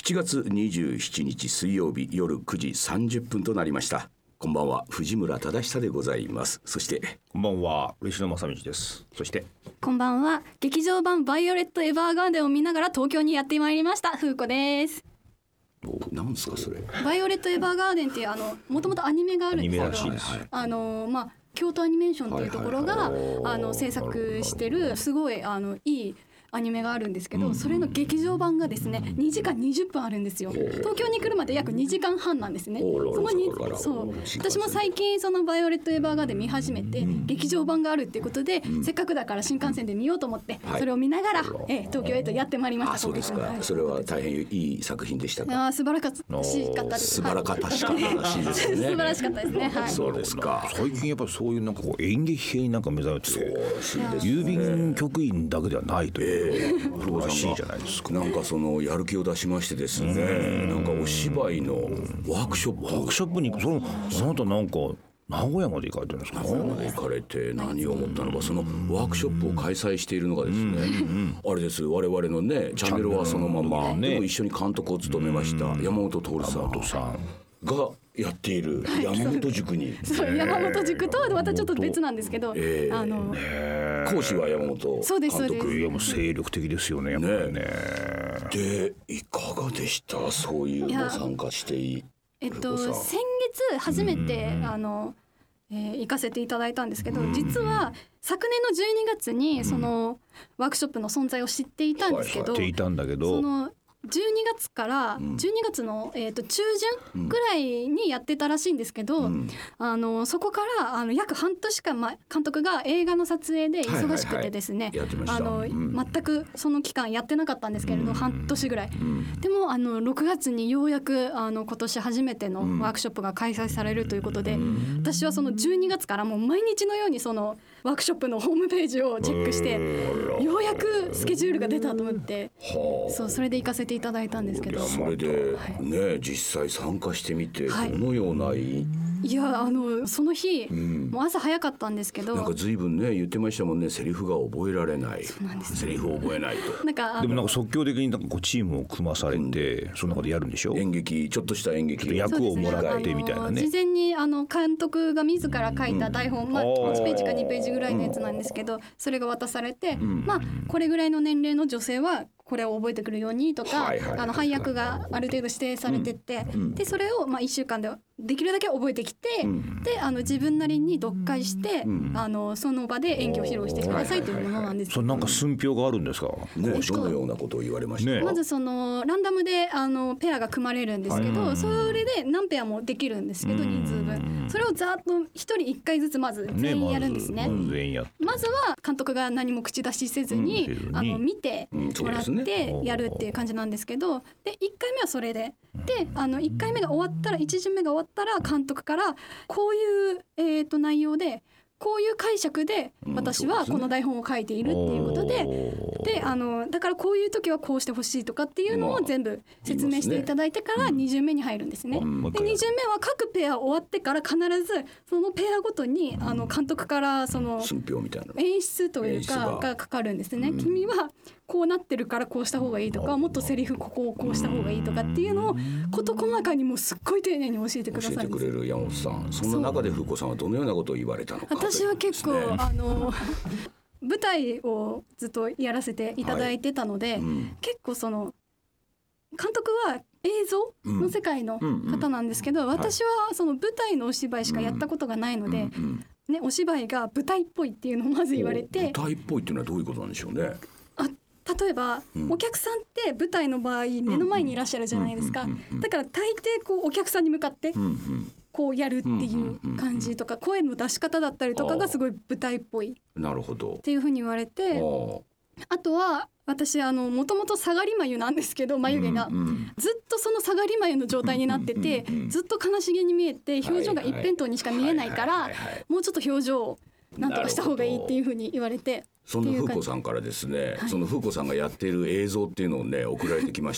7月27日水曜日夜9時30分となりました。こんばんは、藤村忠久でございます。そしてこんばんは、嬉野正道です。そしてこんばんは、劇場版バイオレット・エヴァーガーデンを見ながら東京にやってまいりました風子です。 なんですかそれ。 バイオレット・エヴァーガーデンっていうもともとアニメがあるんですけど、 アニメらしいです。 京都アニメーションっていうところが、制作してるすごいいいアニメがあるんですけど、それの劇場版がですね2時間20分あるんですよ。東京に来るまで約2時間半なんですね。私も最近そのバイオレット・エヴァーガーデン見始めて、劇場版があるっていうことで、せっかくだから新幹線で見ようと思って、それを見ながら、東京へとやってまいりました。 そうですか、それは大変いい作品でしたか。 素晴らしかったです。 素晴らかったしいですね。 素晴らしかったですね。はい、 そうですか。 最近やっぱりそういうなんかこう演劇系になんか目覚めて、郵便局員だけではないというらしいじゃないですか。 なんかそのやる気を出しましてですね、なんかお芝居のワークショップにその後なんか名古屋まで行かれてるんですか。 名古屋まで行かれて何を思ったのか、そのワークショップを開催しているのがですね、あれです、我々のねチャンネルはそのまま、でも一緒に監督を務めました山本徹さんがやっている山本塾にそう山本塾とはまたちょっと別なんですけど、講師は山本監督。 そうです。 いやもう精力的ですよね、やっぱりね。 でいかがでした、そういうの参加して先月初めて行かせていただいたんですけど、実は昨年の12月にそのワークショップの存在を知っていたんですけど、その12月から12月の中旬ぐらいにやってたらしいんですけど、そこから約半年間監督が映画の撮影で忙しくてですね、全くその期間やってなかったんですけれど、半年ぐらい、でも6月にようやく今年初めてのワークショップが開催されるということで、私はその12月からもう毎日のようにそのワークショップのホームページをチェックして、ようやくスケジュールが出たと思って、それで行かせていただいたんですけど、 それでね、実際参加してみてどのような、 いやその日、もう朝早かったんですけど、 なんか随分ね言ってましたもんね、セリフが覚えられない。そうなんです、セリフを覚えないと。 でもなんか即興的になんかこうチームを組まされて、その中でやるんでしょ。 演劇、ちょっとした演劇役をもらってみたいなね。 事前に監督が自ら書いた台本、1ページか2ページぐらいのやつなんですけど、それが渡されて、これぐらいの年齢の女性はこれを覚えてくるようにとか、配役がある程度指定されてて、でそれを1週間でできるだけ覚えてきて、で自分なりに読解して、その場で演技を披露してくださいというものなんです。 それなんか寸評があるんですか。 どのようなことを言われました。 まずそのランダムでペアが組まれるんですけど、それで何ペアもできるんですけど、人数分それをざっと1人1回ずつまず全員やるんですね。まずは監督が何も口出しせずに見てもらってやるっていう感じなんですけど、で1回目はそれで、1回目が終わったら、1巡目が終わったら監督からこういう、内容でこういう解釈で私はこの台本を書いているっていうことで、だからこういう時はこうしてほしいとかっていうのを全部説明していただいてから2巡目に入るんですね。で2巡目は各ペア終わってから必ずそのペアごとに監督からその演出というかがかかるんですね。君はこうなってるからこうした方がいいとか、もっとセリフここをこうした方がいいとかっていうのを事細かにもうすっごい丁寧に教えてくださるんです。 教えてくれる山本さん。そんな中で風子さんはどのようなことを言われたのか。 私は結構舞台をずっとやらせていただいてたので、結構その監督は映像の世界の方なんですけど、私はその舞台のお芝居しかやったことがないので、お芝居が舞台っぽいっていうのをまず言われて。 舞台っぽいっていうのはどういうことなんでしょうね。 例えば、お客さんって舞台の場合目の前にいらっしゃるじゃないですか。だから大抵こうお客さんに向かってこうやるっていう感じとか、声の出し方だったりとかがすごい舞台っぽいっていうふうに言われて、あとは私もともと下がり眉なんですけど、眉毛がずっとその下がり眉の状態になってて、ずっと悲しげに見えて表情が一辺倒にしか見えないから、もうちょっと表情をなんとかした方がいいっていうふうに言われて、 その風子さんからですね、その風子さんがやっている映像っていうのをね送られてきまして、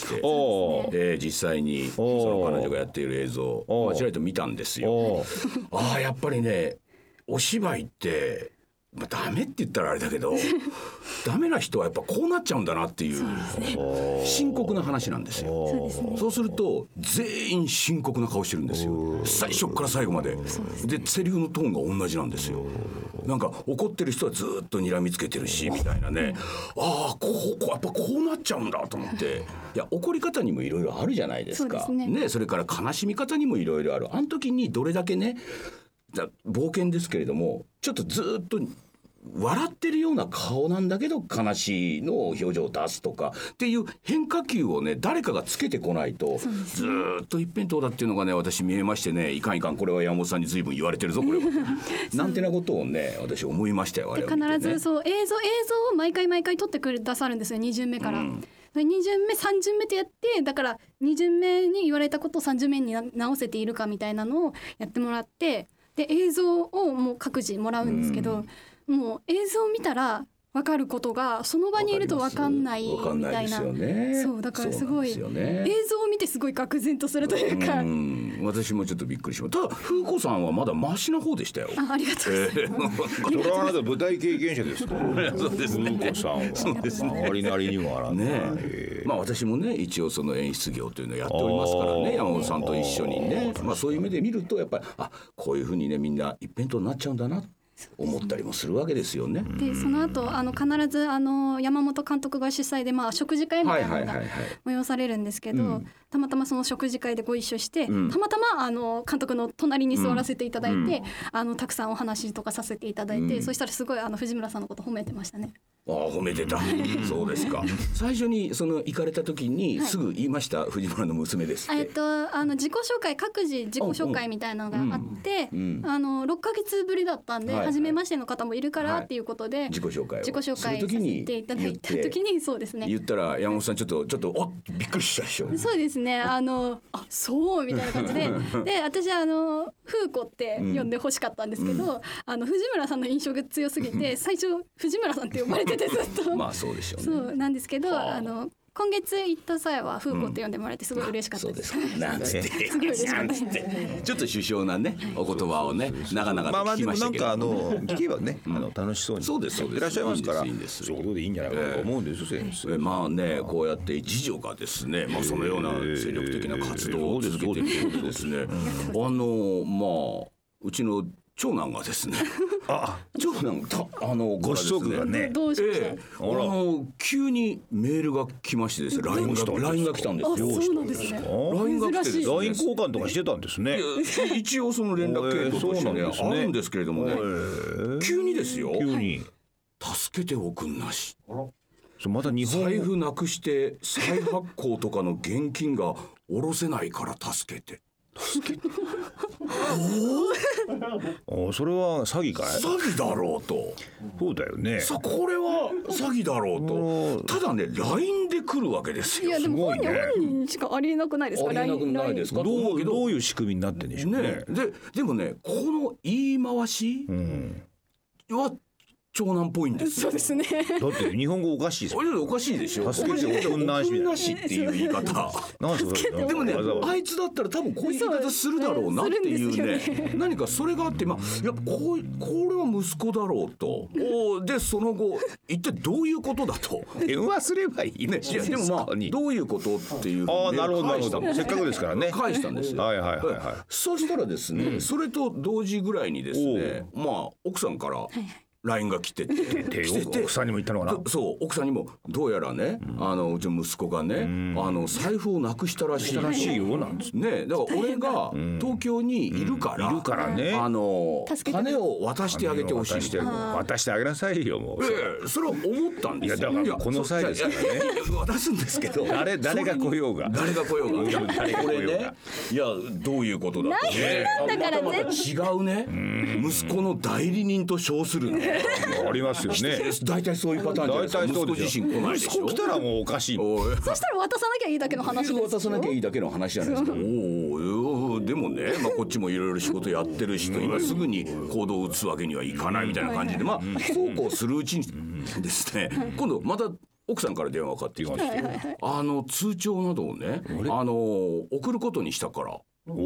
実際にその彼女がやっている映像間違えて見たんですよ。やっぱりね、お芝居ってダメって言ったらあれだけどダメな人はやっぱこうなっちゃうんだなっていう深刻な話なんですよ。そうすると全員深刻な顔してるんですよ、最初から最後まで。でセリフのトーンが同じなんですよ。なんか怒ってる人はずっと睨みつけてるしみたいなね。ああやっぱこうなっちゃうんだと思って。いや怒り方にもいろいろあるじゃないですか。それから悲しみ方にもいろいろある。あの時にどれだけね冒険ですけれどもちょっとずっと笑ってるような顔なんだけど悲しいの表情を出すとかっていう変化球をね誰かがつけてこないとずっと一辺倒だっていうのがね私見えましてね、いかんこれは山本さんに随分言われてるぞこれはなんてなことをね私思いましたよ。 で必ずそう映像を毎回撮ってくださるんですよ、2巡目から。2巡目3巡目とやって、だから2巡目に言われたことを3巡目に直せているかみたいなのをやってもらって、で映像をもう各自もらうんですけど、もう映像を見たら分かることがその場にいると分かんないみたいな。そうだからすごい、映像を見てすごい愕然とするというか、 私もちょっとびっくりしました。ただ風子さんはまだマシな方でしたよ。 ありがとうございます。 それはあなた舞台経験者ですから。 そうですね。 風子さんはそうですね。割なりにもあらね。 私もね一応その演出業というのをやっておりますからね、山本さんと一緒にね、そういう目で見るとやっぱりこういうふうにねみんな一辺倒になっちゃうんだな思ったりもするわけですよね。 でその後必ず山本監督が主催で食事会みたいなのが催されるんですけど、たまたまその食事会でご一緒して、たまたま監督の隣に座らせていただいて、たくさんお話とかさせていただいて、そしたらすごい藤村さんのこと褒めてましたね。 褒めてたそうですか。最初に行かれた時にすぐ言いました、藤村の娘ですって。 自己紹介各自自己紹介みたいなのがあって、6ヶ月ぶりだったんで、初めましての方もいるからっていうことで、 自己紹介させていただいた時にそうですね、 言ったら山本さんちょっとびっくりしたでしょ。 そうですね、そうみたいな感じでで私風子って呼んでほしかったんですけど、藤村さんの印象が強すぎて最初藤村さんって呼ばれててずっとそうでしょうね。 そうなんですけど今月行った際は風子って呼んでもらえてすごい嬉しかったです。 なんつってすごい嬉しかったです。ちょっと首相なねお言葉をね長々と聞きましたけど、 聞けばね楽しそうにやってらっしゃいますから、そういうことでいいんじゃないかと思うんですよ先生。 こうやって一女がですねそのような精力的な活動を続けていることですね。うちの長男がですね長男ご子息がねどうしました？ 急にメールが来ましてですね、LINE が来たんですよ。 そうなんですね。 LINE が来てですね、 LINE 交換とかしてたんですね。 一応その連絡系統としてねあるんですけれどもね、急にですよ、助けておくんなし、 また日本財布なくして再発行とかの現金が下ろせないから助けてそれは詐欺かい？ 詐欺だろうと。 そうだよね。 これは詐欺だろうと。ただね LINE で来るわけですよ。 いやでも本人しかありえなくないですか？ ありえなくないですか？ どういう仕組みになってんでしょうね。 でもねこの言い回しは長男っぽいんですよ。 そうですね。 だって日本語おかしいですよ。 おかしいでしょ。 助けておくんなしっていう言い方。でもねあいつだったら多分こういう言い方するだろうなっていうね、何かそれがあって、これは息子だろうと。でその後一体どういうことだと電話すればいいね。 でもどういうことっていうなるほどせっかくですからね返したんですよ。そうしたらですね、それと同時ぐらいにですね奥さんからLINE が来て奥さんにも言ったのかな。 そう奥さんにもどうやらねうちの息子がね財布をなくしたらしいよなんですね。だから俺が東京にいるからね金を渡してあげてほしい。 渡してあげなさいよもう。 それは思ったんですよ。 いやだからこの際ですからね渡すんですけど誰が来ようがこれねいやどういうことだとね違うね息子の代理人と称するねありますよね。 大体そういうパターンじゃないですか。息子自身来ないでしょ。 息子来たらもうおかしい。 そしたら渡さなきゃいいだけの話ですよ。 渡さなきゃいいだけの話じゃないですか。でもねこっちもいろいろ仕事やってるしと今すぐに行動を移すわけにはいかないみたいな感じでそうこうするうちにですね今度また奥さんから電話がかかってきまして通帳などをね送ることにしたから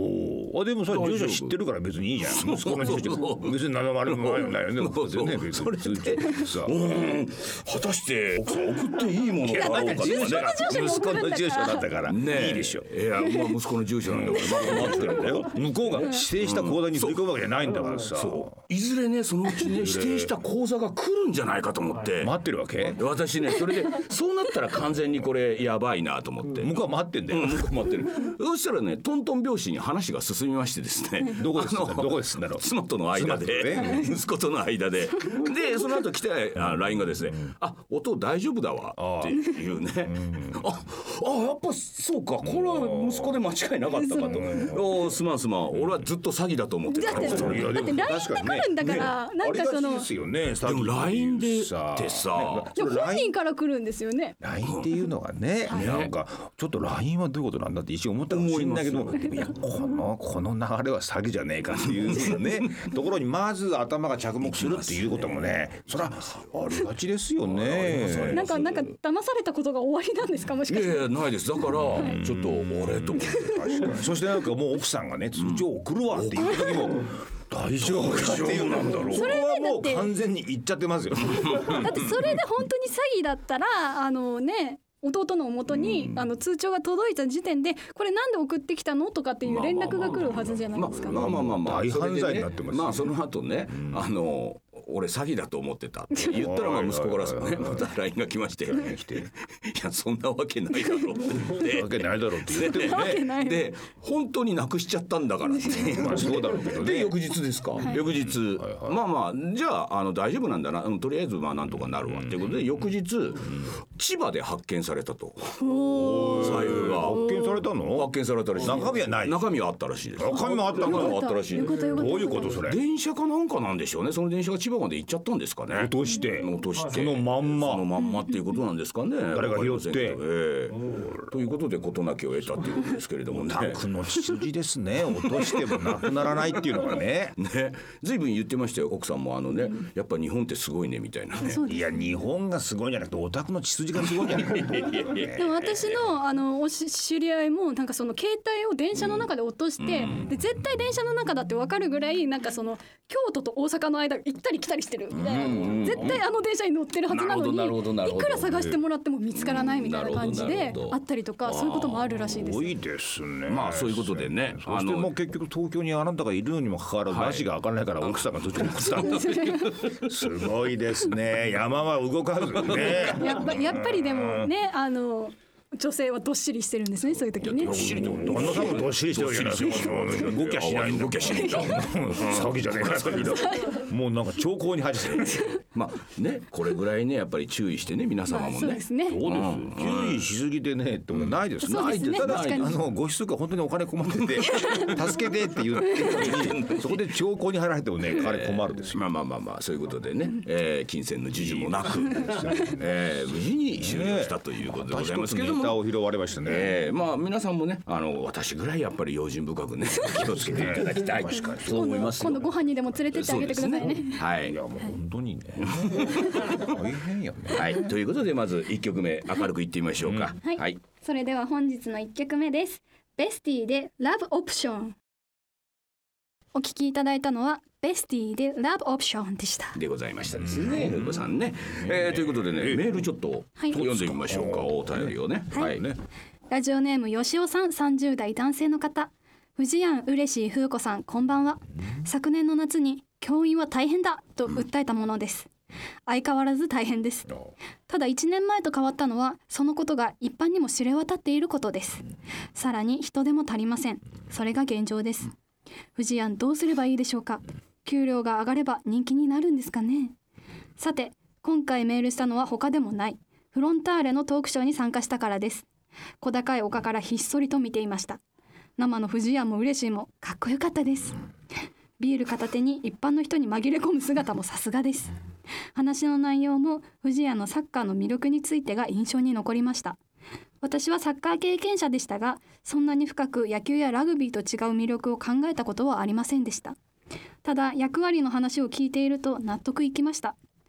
あでもそれ住所知ってるから別にいいじゃん。息子の住所別に7割もないよね。 そう別にそれでさ果たして奥さん送っていいものだろうかとかね。 息子の住所だったからねいいでしょ。 いやまあ息子の住所なんだから待ってるんだよ。 向こうが指定した口座に振り込むわけじゃないんだからさ。 いずれねそのうちね指定した口座が来るんじゃないかと思って待ってるわけ。 私ねそれでそうなったら完全にこれやばいなと思って向こうは待ってんだよ。 向こう待ってる。そしたらねトントン拍子に話が進みましてですねどこですんだろう。 妻との間で、息子との間でその後来てLINE がですね、音大丈夫だわっていうね、やっぱそうかこれは息子で間違いなかったかと。すまん俺はずっっと詐欺だと思ってた。 だって LINE で来るんだから、なんかそのでも LINE でってさ、 本人から来るんですよね。 LINE っていうのがね、なんかちょっと LINE はどういうことなんだって一瞬思ったかもしれないけど、いやこの流れは詐欺じゃねえかっていうねところにまず頭が着目するっていうこともね、それはありがちですよね。 なんか騙されたことが終わりなんですか、もしかして。 いやないです。だからちょっと俺と思って確かに。そしてなんかもう奥さんがね通帳を送るわっていう時も大丈夫かっていうなんだろう。それはもう完全に言っちゃってますよ。 だってそれで本当に詐欺だったら弟の元に通帳が届いた時点でこれなんで送ってきたのとかっていう連絡が来るはずじゃないですか。 大犯罪になってます。 まあその後ね、俺詐欺だと思ってたって言ったらまあ息子からねまた LINE が来ましていやそんなわけないだろうって言ってわけないだろうって言ってねで本当になくしちゃったんだからってまあそうだろうけどね。 で翌日ですか、翌日まあじゃあ大丈夫なんだな、とりあえずまあなんとかなるわっていうことで翌日千葉で発見されたと。財布が発見されたの？ 発見されたらしい。 中身はない。 中身はあったらしいです。 中身もあったの？ あったらしいです。 どういうことそれ？ 電車かなんかなんでしょうね。その電車が千葉まで行っちゃったんですかね。 落としてそのまんまっていうことなんですかね。 誰が拾って、 ということで事なきを得たっていうことですけれどもね。 悪の血筋ですね。落としてもなくならないっていうのがね。 随分言ってましたよ奥さんもやっぱ日本ってすごいねみたいなね。 いや日本がすごいんじゃなくてオタクの血筋がすごいんじゃないでも私の知り合いもなんかその携帯を電車の中で落として、で絶対電車の中だって分かるぐらいなんかその京都と大阪の間行ったり来たりしてるみたいな、絶対電車に乗ってるはずなのにいくら探してもらっても見つからないみたいな感じであったりとか、そういうこともあるらしいです。 多いですね。 まあそういうことでね、 そしてもう結局東京にあなたがいるのにもかかわらず足が開かないから奥さんがずっと送ったんです。すごいですね。山は動かずね。 やっぱりでもね女性はどっしりしてるんですね、そういう時ね。 どっしりって旦那さんもどっしりしてるじゃないですか。動きゃしないんだ。詐欺じゃねえか。もうなんか兆候に入ってる。 まあねこれぐらいねやっぱり注意してね皆様もね。 そうですね。 そうです。注意しすぎてねってことないです。 ないですね。 ただご子息が本当にお金困ってて助けてって言ってるのにそこで兆候に入られてもね彼困るですよ。 まあそういうことでね、金銭の授受もなく、無事に終了したということでございますけども。 を拾われましたね。 まあ皆さんもね私ぐらいやっぱり用心深くね気をつけていただきたいと思います。 今度ご飯にでも連れてってあげてくださいね。 はい。 いやもう本当にね大変よね。 はい。ということでまず1曲目明るくいってみましょうか。 はい。それでは本日の1曲目です。ベスティで Love Option。お聞きいただいたのはベスティで Love Option でしたでございましたですね、ルコさんね、ということでね、メールちょっと読んでみましょうか、お便りをね。はいね。 ラジオネームよしおさん、30代男性の方。藤庵うれしい風子さん、こんばんは。昨年の夏に教員は大変だと訴えたものです。相変わらず大変です。ただ1年前と変わったのはそのことが一般にも知れ渡っていることです。さらに人手も足りません。それが現状です。藤庵どうすればいいでしょうか。給料が上がれば人気になるんですかね。さて今回メールしたのは他でもないフロンターレのトークショーに参加したからです。小高い丘からひっそりと見ていました。生の藤庵も嬉しいもかっこよかったです。ビール片手に一般の人に紛れ込む姿もさすがです。話の内容も藤庵のサッカーの魅力についてが印象に残りました。私はサッカー経験者でしたが、そんなに深く野球やラグビーと違う魅力を考えたことはありませんでした。ただ役割の話を聞いていると納得いきました。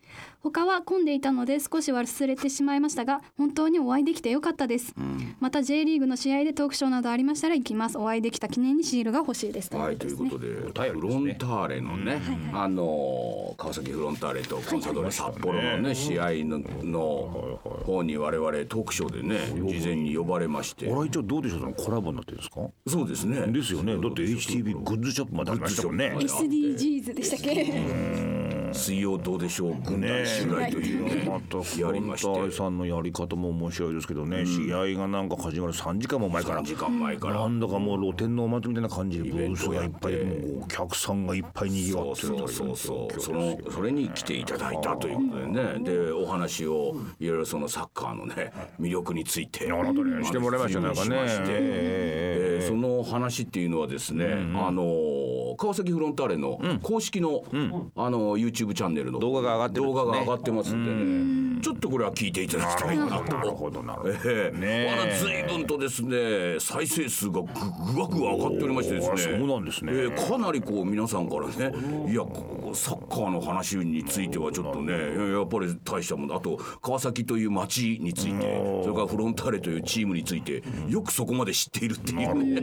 他は混んでいたので少し忘れてしまいましたが、本当にお会いできてよかったです、また J リーグの試合でトークショーなどありましたら行きます。お会いできた記念にシールが欲しいです。 はい、ということでフロンターレのね、川崎フロンターレとコンサドーレ札幌のね試合の方に我々トークショーでね事前に呼ばれまして、 あれ一応どうでしょう、そのコラボになってるんですか？ そうですね。 ですよね。だって HTB グッズショップまでありましたよね。 SDGs でしたっけ？ 水曜どうでしょう軍団襲来というのをまたやりまして、 フロンターレさんのやり方も面白いですけどね、試合がなんか始まる3時間も前から 3時間前からなんだかもう露天のお祭りみたいな感じでブースがいっぱいで、もうお客さんがいっぱいにぎわってるという、 それに来ていただいたということでね、でお話をいろいろそのサッカーのね魅力についてしてもらいましたね。 その話っていうのはですね、川崎フロンターレの公式の、YouTube チャンネルの動画が上がってますんでね、ちょっとこれは聞いていただきたいなと。 なるほど随分とですね再生数がぐわぐわ上がっておりましてですね、 そうなんですね、 かなりこう皆さんからね、いやサッカーの話についてはちょっとねやっぱり大したもの、あと川崎という街について、それからフロンターレというチームについてよくそこまで知っているっていうね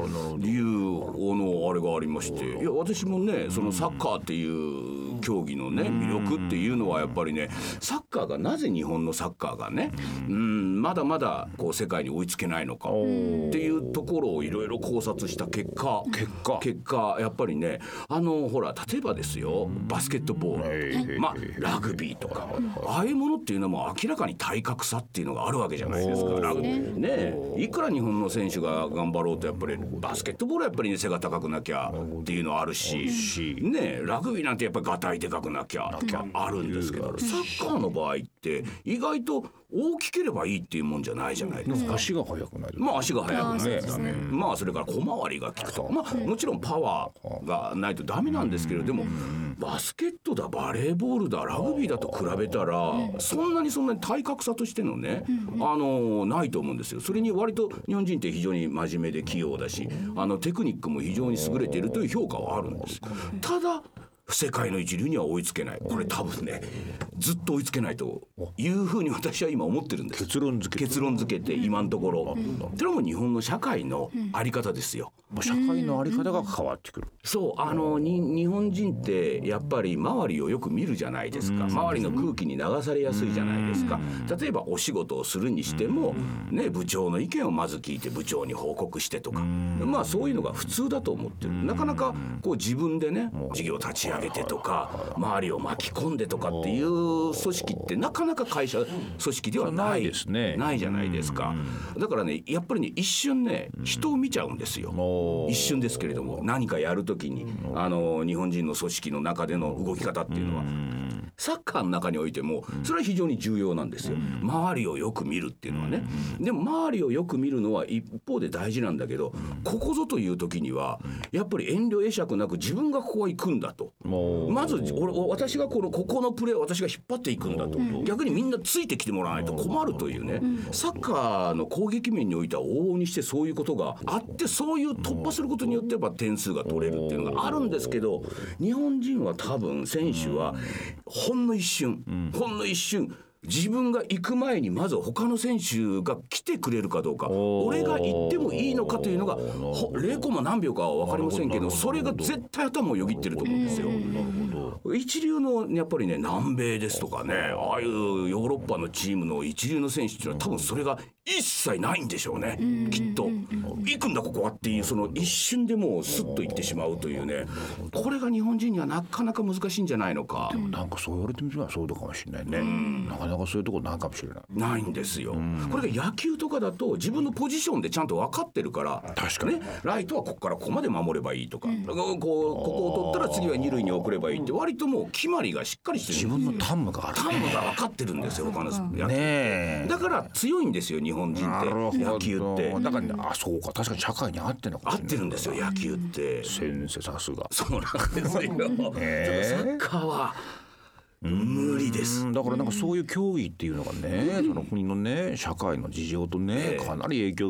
いうあれがありまして、いや私もねそのサッカーっていう競技のね魅力っていうのはやっぱりね、サッカーがなぜ日本のサッカーがねまだまだこう世界に追いつけないのかっていうところをいろいろ考察した結果やっぱりねほら例えばですよバスケットボール、ラグビーとかああいうものっていうのも明らかに体格差っていうのがあるわけじゃないですか。ラグビーね、いくら日本の選手が頑張ろうとやっぱりバスケットボールはやっぱり、ね、背が高くなきゃっていうのはあるし、ね、ラグビーなんてやっぱりガタイでかくなきゃあるんですけど、サッカーの場合って意外と大きければいいっていうもんじゃないじゃないですか。 足が速くない、 足が速くないですね。それから小回りが利くと、もちろんパワーがないとダメなんですけれども、バスケットだバレーボールだラグビーだと比べたらそんなに体格差としてのねないと思うんですよ。それに割と日本人って非常に真面目で器用だし、テクニックも非常に優れているという評価はあるんです。ただ世界の一流には追いつけない。これ多分ねずっと追いつけないというふうに私は今思ってるんです。結論付けて今のところ、それも日本の社会のあり方ですよ。 社会のあり方が変わってくる。 そう日本人ってやっぱり周りをよく見るじゃないですか。周りの空気に流されやすいじゃないですか。例えばお仕事をするにしても、ね、部長の意見をまず聞いて部長に報告してとか、そういうのが普通だと思ってる。なかなかこう自分でね事業立ち上げてとか周りを巻き込んでとかっていう組織ってなかなか会社組織ではないですね。 ないじゃないですか。だからねやっぱりね一瞬ね人を見ちゃうんですよ。一瞬ですけれども何かやるときに日本人の組織の中での動き方っていうのはサッカーの中においてもそれは非常に重要なんですよ。周りをよく見るっていうのはね。でも周りをよく見るのは一方で大事なんだけど、ここぞという時にはやっぱり遠慮会釈なく自分がここは行くんだと、まず私がここのプレーを私が引っ張っていくんだと、逆にみんなついてきてもらわないと困るというね、サッカーの攻撃面においては往々にしてそういうことがあって、そういう突破することによってやっぱ点数が取れるっていうのがあるんですけど、日本人は多分選手はほんの一瞬自分が行く前にまず他の選手が来てくれるかどうか、俺が行ってもいいのかというのが0コマ何秒かは分かりませんけど、それが絶対頭をよぎってると思うんですよ。一流のやっぱりね南米ですとかね、ああいうヨーロッパのチームの一流の選手っていうのは多分それが一切ないんでしょうね。きっと行くんだここはっていうその一瞬でもうスッと行ってしまうというね、これが日本人にはなかなか難しいんじゃないのか。 でもなんかそう言われてみればそうかもしれないね。なかなかそういうところないかもしれない。 ないんですよ。これが野球とかだと自分のポジションでちゃんと分かってるから、 確かに、 ね、ライトはここからここまで守ればいいとか、ここを取ったら次は二塁に送ればいいって割ともう決まりがしっかりしてる。 自分のタンムがある、 タンムが分かってるんですよ他の野球、 ね、 だから強いんですよ日本人って野球って。 だから、ね、そうか、確かに社会に合ってるのかもしれない。 合ってるんですよ野球って。 先生さすが。 そうなんですよ。ちょっとサッカーは無理です。 だからなんかそういう競技っていうのがね、その国のね社会の事情とねかなり影響を受けてるっ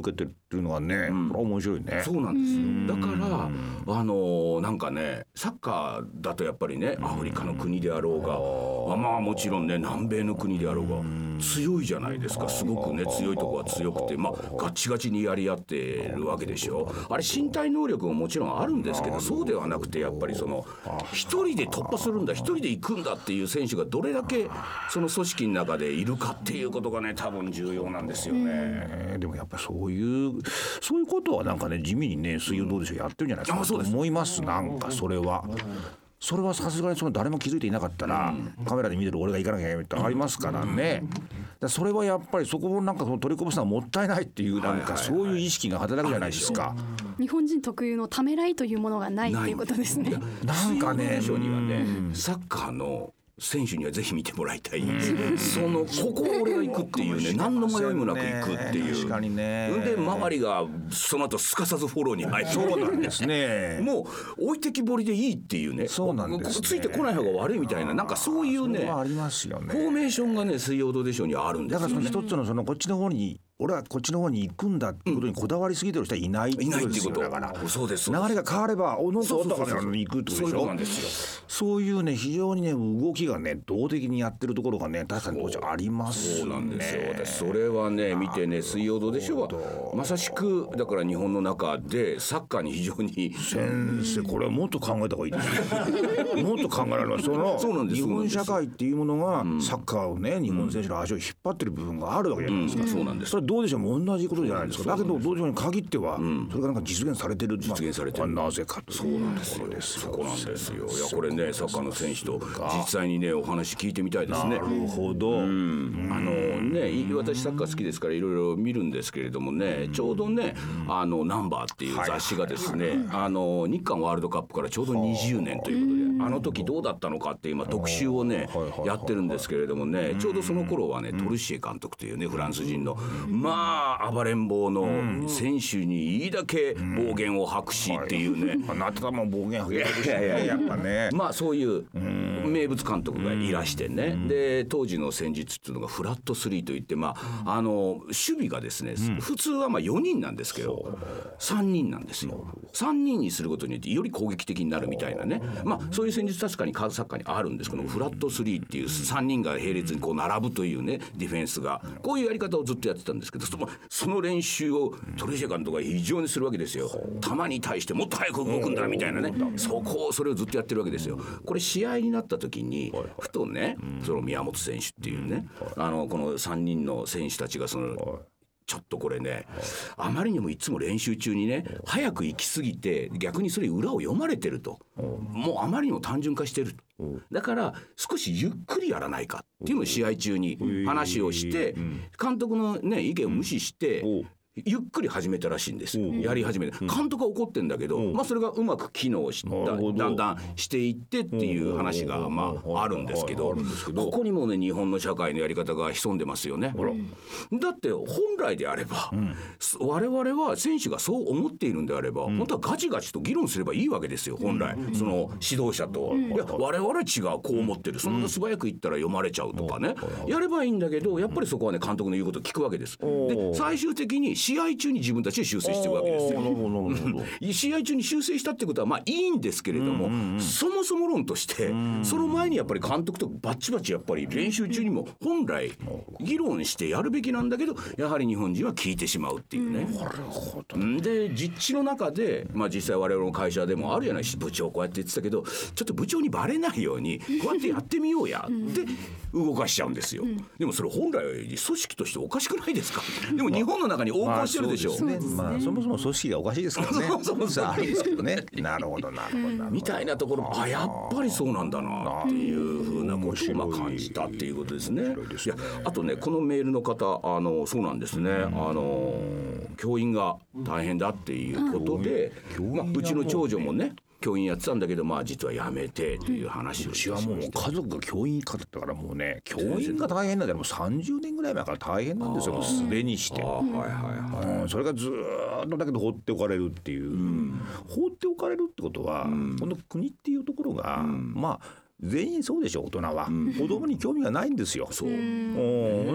っていうのはね、これは面白いね。 そうなんですよ。だからなんかねサッカーだとやっぱりねアフリカの国であろうがまあもちろんね南米の国であろうが強いじゃないですか。すごくね強いとこは強くてまあガチガチにやり合ってるわけでしょ。あれ身体能力ももちろんあるんですけどそうではなくてやっぱりその一人で突破するんだ一人で行くんだっていう選手がどれだけその組織の中でいるかっていうことがね多分重要なんですよね。 でもやっぱりそういうことはなんかね地味にね水曜どうでしょうやってるんじゃないですかと思います。なんかそれはさすがにその誰も気づいていなかったら、カメラで見てる俺が行かなきゃいけないってありますからね。それはやっぱりそこをなんかその取りこぼすのはもったいないっていうなんかそういう意識が働くじゃないですか。 日本人特有のためらいというものがないっていうことですね。 なんかね水曜どうでしょうにはねサッカーの選手にはぜひ見てもらいたい。そのここ俺が行くっていうね何の迷いもなく行くっていう。 確かにね。 で周りがその後すかさずフォローに入って。 そうなんですね。 もう置いてきぼりでいいっていうね。 そうなんですね。 ついてこない方が悪いみたいななんかそういうね。 それはありますよね。 フォーメーションがね水曜どうでしょうにあるんですよね。 だからその一つのそのこっちの方に俺はこっちの方に行くんだってことにこだわりすぎてる人はいないってことですよ。だからそうです流れが変わればおのこったからに行くってことでしょ。 そうなんですよ。 そういうね非常にね動きがね動的にやってるところがね確かに当時ありますね。 そうなんですよ。それはね見てね水曜どうでしょうはまさしくだから日本の中でサッカーに非常に先生これはもっと考えた方がいいですよ。もっと考えられます。その日本社会っていうものがサッカーをね日本選手の足を引っ張ってる部分があるわけじゃないですか。 そうなんです。 それどうでしょう同じことじゃないですか。だけどどうでしょうに限ってはそれがなんか実現されてる。 実現されてる。 なぜかというところですよ。そこなんですよ。いやこれねサッカーの選手と実際にねお話聞いてみたいですね。 なるほど。 私サッカー好きですからいろいろ見るんですけれどもねちょうどねナンバーっていう雑誌がですね日韓ワールドカップからちょうど20年ということであの時どうだったのかって今特集をねやってるんですけれどもねちょうどその頃はねトルシエ監督というねフランス人のまあ暴れん坊の選手にいいだけ暴言を吐くしっていうねなってたもん暴言吐けたしやっぱねまあそういう名物監督がいらしてねで当時の戦術っていうのがフラット3といってまあ守備がですね普通はまあ4人なんですけど3人なんですよ。3人にすることによってより攻撃的になるみたいなねまあそういう戦術確かにサッカーにあるんですけどフラット3っていう3人が並列にこう並ぶというねディフェンスがこういうやり方をずっとやってたんですけどその練習をトルシエ監督が非常にするわけですよ。球に対してもっと早く動くんだみたいなねそれをずっとやってるわけですよ。これ試合になった時にふとねその宮本選手っていうねこの3人の選手たちがそのちょっとこれねあまりにもいつも練習中にね早く行き過ぎて逆にそれ裏を読まれてるともうあまりにも単純化してるだから少しゆっくりやらないかっていうのを試合中に話をして監督のね意見を無視してゆっくり始めたらしいんですよ。やり始めて監督は怒ってんだけどまあそれがうまく機能しただんだんしていってっていう話がまああるんですけどここにもね日本の社会のやり方が潜んでますよね。だって本来であれば我々は選手がそう思っているんであれば本当はガチガチと議論すればいいわけですよ。本来その指導者といや我々は違うこう思ってるそんな素早く言ったら読まれちゃうとかねやればいいんだけどやっぱりそこはね監督の言うことを聞くわけです。で最終的に試合中に自分たちで修正してるわけですよ。試合中に修正したってことはまあいいんですけれどもそもそも論としてその前にやっぱり監督とバチバチやっぱり練習中にも本来議論してやるべきなんだけどやはり日本人は聞いてしまうっていうね。で実地の中でまあ実際我々の会社でもあるじゃないし部長こうやって言ってたけどちょっと部長にバレないようにこうやってやってみようやって動かしちゃうんですよ。でもそれ本来組織としておかしくないですか。でも日本の中に横行してるでしょ。 まあそもそも組織がおかしいですからね。そうありですけどね。なるほどみたいなところやっぱりそうなんだなっていうふうなことをまあ感じたっていうことですね。いやあとねこのメールの方そうなんですね教員が大変だっていうことでまあうちの長女もね教員やってたんだけどまあ実は辞めてという話をしました。 もう家族が教員かだったからもうね教員が大変なんだもう30年ぐらい前から大変なんですよ。もうすでにして、それがずっとだけど放っておかれるっていう、放っておかれるってことは、この国っていうところが、まあ全員そうでしょ。大人は、子供に興味がないんですよ。そう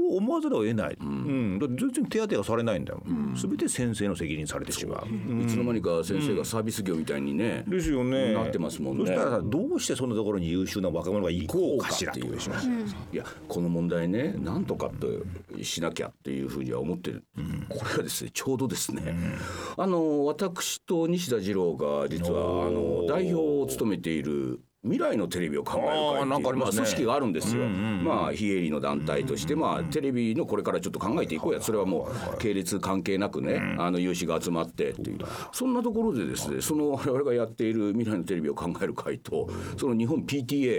そう思わざるを得ない、だって全然手当てがされないんだよ、全て先生の責任されてしまう、 いつの間にか先生がサービス業みたいにね、 ですよね、 なってますもんね。 そしたらどうしてそんなところに優秀な若者が行こうかしらという、 いやこの問題ねなんとかとしなきゃっていうふうには思ってる、これがですねちょうどですね、私と西田次郎が実は代表を務めている未来のテレビを考える会っていう組織があるんですよ。非営利の団体として、テレビのこれからちょっと考えていこうや、それはもう系列関係なくね、有志が集まってっていう、そんなところでですね、その我々がやっている未来のテレビを考える会と、その日本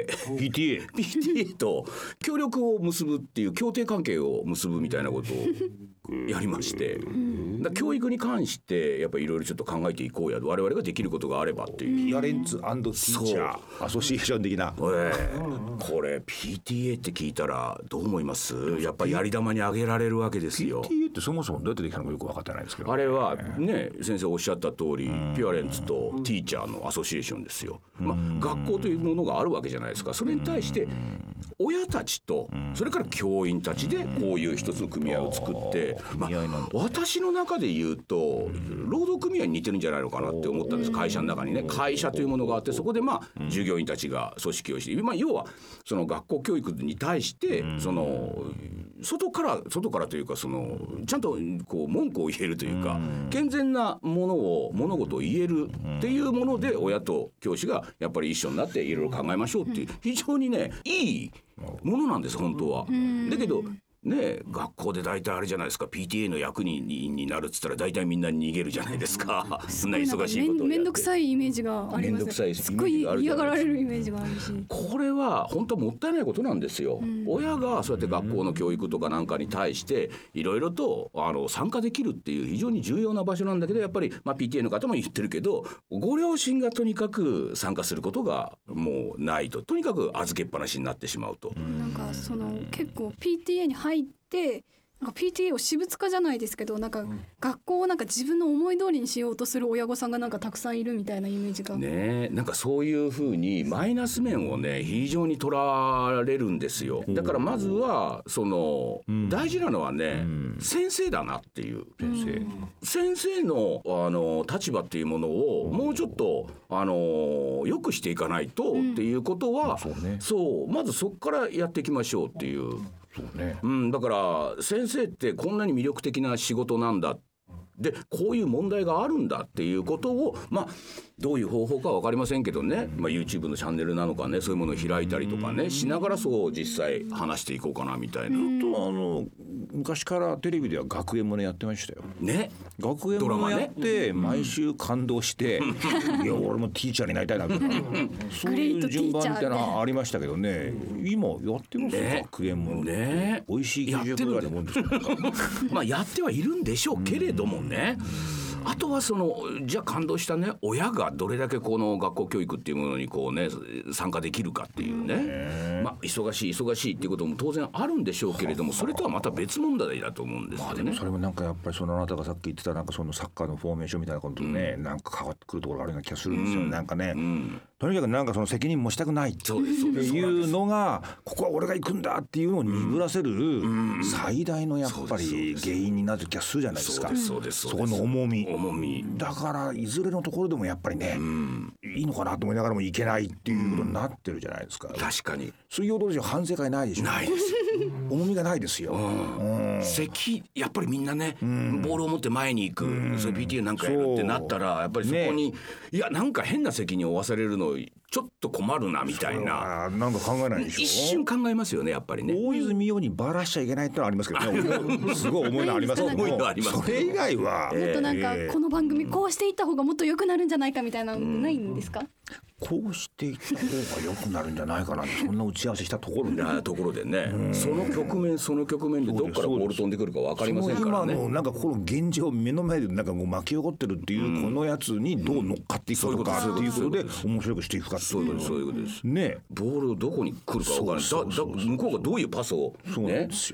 PTA と協力を結ぶっていう協定関係を結ぶみたいなことをやりまして、だ教育に関してやっぱりいろいろちょっと考えていこうや、我々ができることがあればっていう。 ピアレンツ&ティーチャーアソシエーション的な、 これ PTA って聞いたらどう思います？やっぱりやり玉にあげられるわけですよ。 PTA ってそもそもどうやってできたのかよく分かってないんですけど、 あれはね先生おっしゃった通りピアレンツとティーチャーのアソシエーションですよ。学校というものがあるわけじゃないですか。それに対して親たちとそれから教員たちでこういう一つの組合を作って、私の中で言うと労働組合に似てるんじゃないのかなって思ったんです。会社の中にね会社というものがあって、そこで従業員たちが組織をして、要はその学校教育に対してその外からというか、そのちゃんとこう文句を言えるというか、健全な物事を言えるっていうもので親と教師がやっぱり一緒になっていろいろ考えましょうっていう、非常にねいいものなんです本当は。だけどね、学校で大体あれじゃないですか、 PTA の役人になるっつったら大体みんな逃げるじゃないですか。そんな忙しいことをやってめんどくさいイメージがあります。すっごい嫌がられるイメージがあるし、 これは本当はもったいないことなんですよ。親がそうやって学校の教育とかなんかに対していろいろと参加できるっていう非常に重要な場所なんだけど、やっぱりPTA の方も言ってるけど、ご両親がとにかく参加することがもうないと、とにかく預けっぱなしになってしまうと、 なんかその結構 PTA に入ってなんか PTA を私物化じゃないですけど、なんか学校をなんか自分の思い通りにしようとする親御さんがなんかたくさんいるみたいなイメージがね、なんかそういうふうにマイナス面をね非常に取られるんですよ。だからまずはその大事なのはね、先生だなっていう、先生の立場っていうものをもうちょっと良くしていかないとっていうことは、そうまずそこからやっていきましょうっていう。だから先生ってこんなに魅力的な仕事なんだ、でこういう問題があるんだっていうことをどういう方法か分かりませんけどね、YouTube のチャンネルなのかね、そういうものを開いたりとかねしながら、そう実際話していこうかなみたいな。 と昔からテレビでは学園ものやってましたよね。 学園ものやって毎週感動して、いや俺もティーチャーになりたいなみたいなそういう順番みたいなのありましたけどね、今やってますよ、学園ものね。美味しい給食ぐらいのもんですよやってはいるんでしょうけれどもね、あとはじゃあ感動したね親がどれだけこの学校教育っていうものにこうね参加できるかっていうね、忙しいっていうことも当然あるんでしょうけれども、それとはまた別問題だと思うんですよね。 でもそれもなんかやっぱりあなたがさっき言ってたなんかそのサッカーのフォーメーションみたいなことね、なんか変わってくるところがあるような気がするんですよ、なんかね、とにかくなんかその責任もしたくないっていうのが、ここは俺が行くんだっていうのを鈍らせる最大のやっぱり原因になる気がするじゃないですか。そこの重みだからいずれのところでもやっぱりね、いいのかなと思いながらもいけないっていうことになってるじゃないですか。 確かに水曜どうでしょう、反省会ないでしょ。 ないです重みがないですよ、 やっぱりみんなね、ボールを持って前に行く、それ PTA なんかやるってなったらやっぱりそこに、いやなんか変な責任を負わされるのちょっと困るなみたいな、 なんか考えないでしょ。 一瞬考えますよねやっぱりね。 大泉洋にバラしちゃいけないってのはありますけどねすごい重いのありますけども、それ以外はもっとなんかこの番組こうしていった方がもっと良くなるんじゃないかみたいなのないんですか？ こうしていった方が良くなるんじゃないかなそんな打ち合わせしたところでね、その局面でどっからボール飛んでくるか分かりませんからね。 今のなんかこの現状目の前でなんかもう巻き起こってるっていうこのやつにどう乗っかっていくかとかっていうことで面白くしていくかっていうことです。 そういうことですね。 ボールどこに来るか分からない。向こうがどういうパスをそうなんですよ。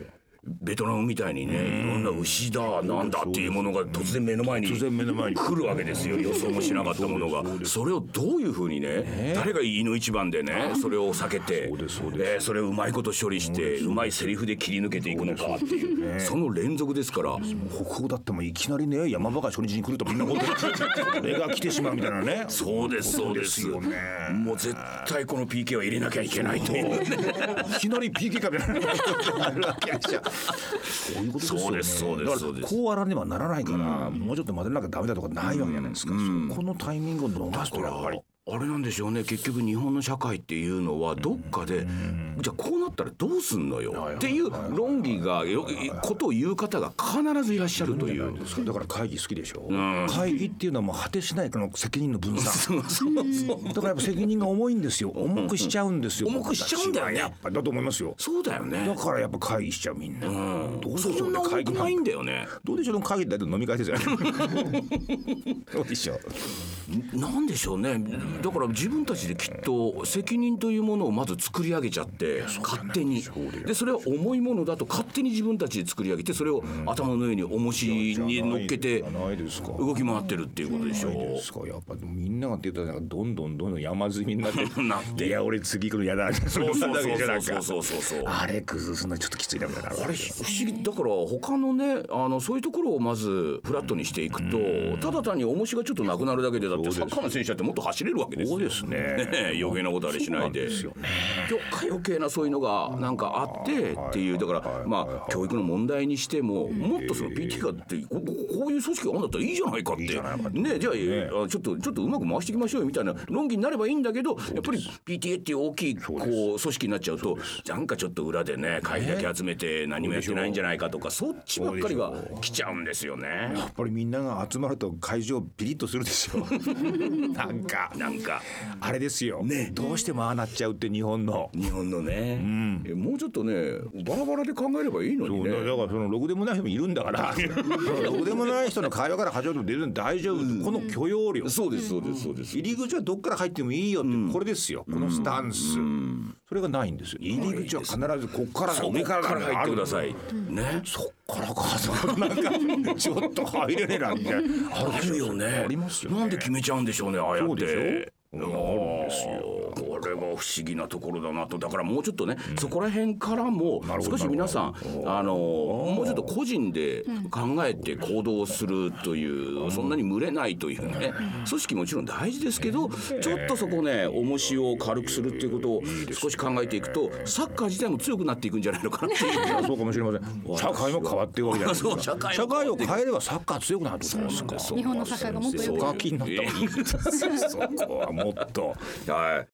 ベトナムみたいにね、いろんな牛だなんだっていうものが突然目の前に来るわけですよ。予想もしなかったものが。それをどういうふうにね、誰がいの一番でね、それを避けて、それをうまいこと処理して、うまいセリフで切り抜けていくのかっていう、その連続ですから。 北欧だってもいきなりね、山場が初日に来るとみんなこれが来てしまうみたいなね。 そうですそうですよね。もう絶対この PK は入れなきゃいけないという、 いきなり PK かみたいなるわけでしょ。こういうことですよね。 そうですそうですそうです。 こうあらねばならないから、もうちょっと混ぜなきゃダメだとかないわけじゃないですか。そこのタイミングを逃すとやっぱり。 あれなんでしょうね。結局日本の社会っていうのはどっかで、じゃあこうなったらどうすんのよっていう論議がことを言う方が必ずいらっしゃるという。 だから会議好きでしょ。会議っていうのはもう果てしないの責任の分散。だからやっぱ責任が重いんですよ。重くしちゃうんですよ。 重くしちゃうんだよね。 やっぱだと思いますよ。 そうだよね。 だからやっぱ会議しちゃうみんな。どうでしょうね。 そんな重くないんだよね。 どうでしょう。会議だと飲み会ですよね。どうでしょう。 なんでしょうね。だから自分たちできっと責任というものをまず作り上げちゃって勝手に、でそれは重いものだと勝手に自分たちで作り上げて、それを頭の上に重しに乗っけて動き回ってるっていうことでしょう。 やっぱみんながって言ったらどんどん山積みになっていや俺次来るのやだ。そうあれ崩すのちょっときついなみたいな。 あれ不思議だから、他のねそういうところをまずフラットにしていくと、ただ単に重しがちょっとなくなるだけで、だってサッカーの選手だってもっと走れるわけですよ。 そうですね。 余計なことあれしないで、余計なそういうのがなんかあってっていう。だからまあ教育の問題にしても、もっとその PTA ってこういう組織があるんだったらいいじゃないかってね、じゃあちょっとうまく回していきましょうよみたいな論議になればいいんだけど、やっぱり PTA っていう大きいこう組織になっちゃうと、なんかちょっと裏でね会費だけ集めて何もやってないんじゃないかとか、そっちばっかりが来ちゃうんですよね。 やっぱりみんなが集まると会場ピリッとするでしょ。なんかあれですよ、ね、どうしてもああなっちゃうって日本のね、 もうちょっとねバラバラで考えればいいのにね。 だからそのろくでもない人もいるんだからろくでもない人の会話から始まっても全然大丈夫、この許容量。 そうです入り口はどっから入ってもいいよって、これですよ、このスタンス、それがないんですよ。入り口は必ずこっから上から入ってくださいね。 そっからかなんかちょっと入れねえなみたいなあるよね。 ありますよね。 なんで決めちゃうんでしょうね、ああやって。 あるんですよ。 これは不思議なところだなと。だからもうちょっとね、そこら辺からも少し皆さんもうちょっと個人で考えて行動するという、そんなに群れないというね、組織もちろん大事ですけど、ちょっとそこね重しを軽くするっていうことを少し考えていくと、サッカー自体も強くなっていくんじゃないのかなっていう。 そうかもしれません。社会も変わっていくわけじゃないですか。社会を変えればサッカー強くなるってことですか。 日本のサッカーがもっと良くなる。 気になった。そこはもっと。 はい。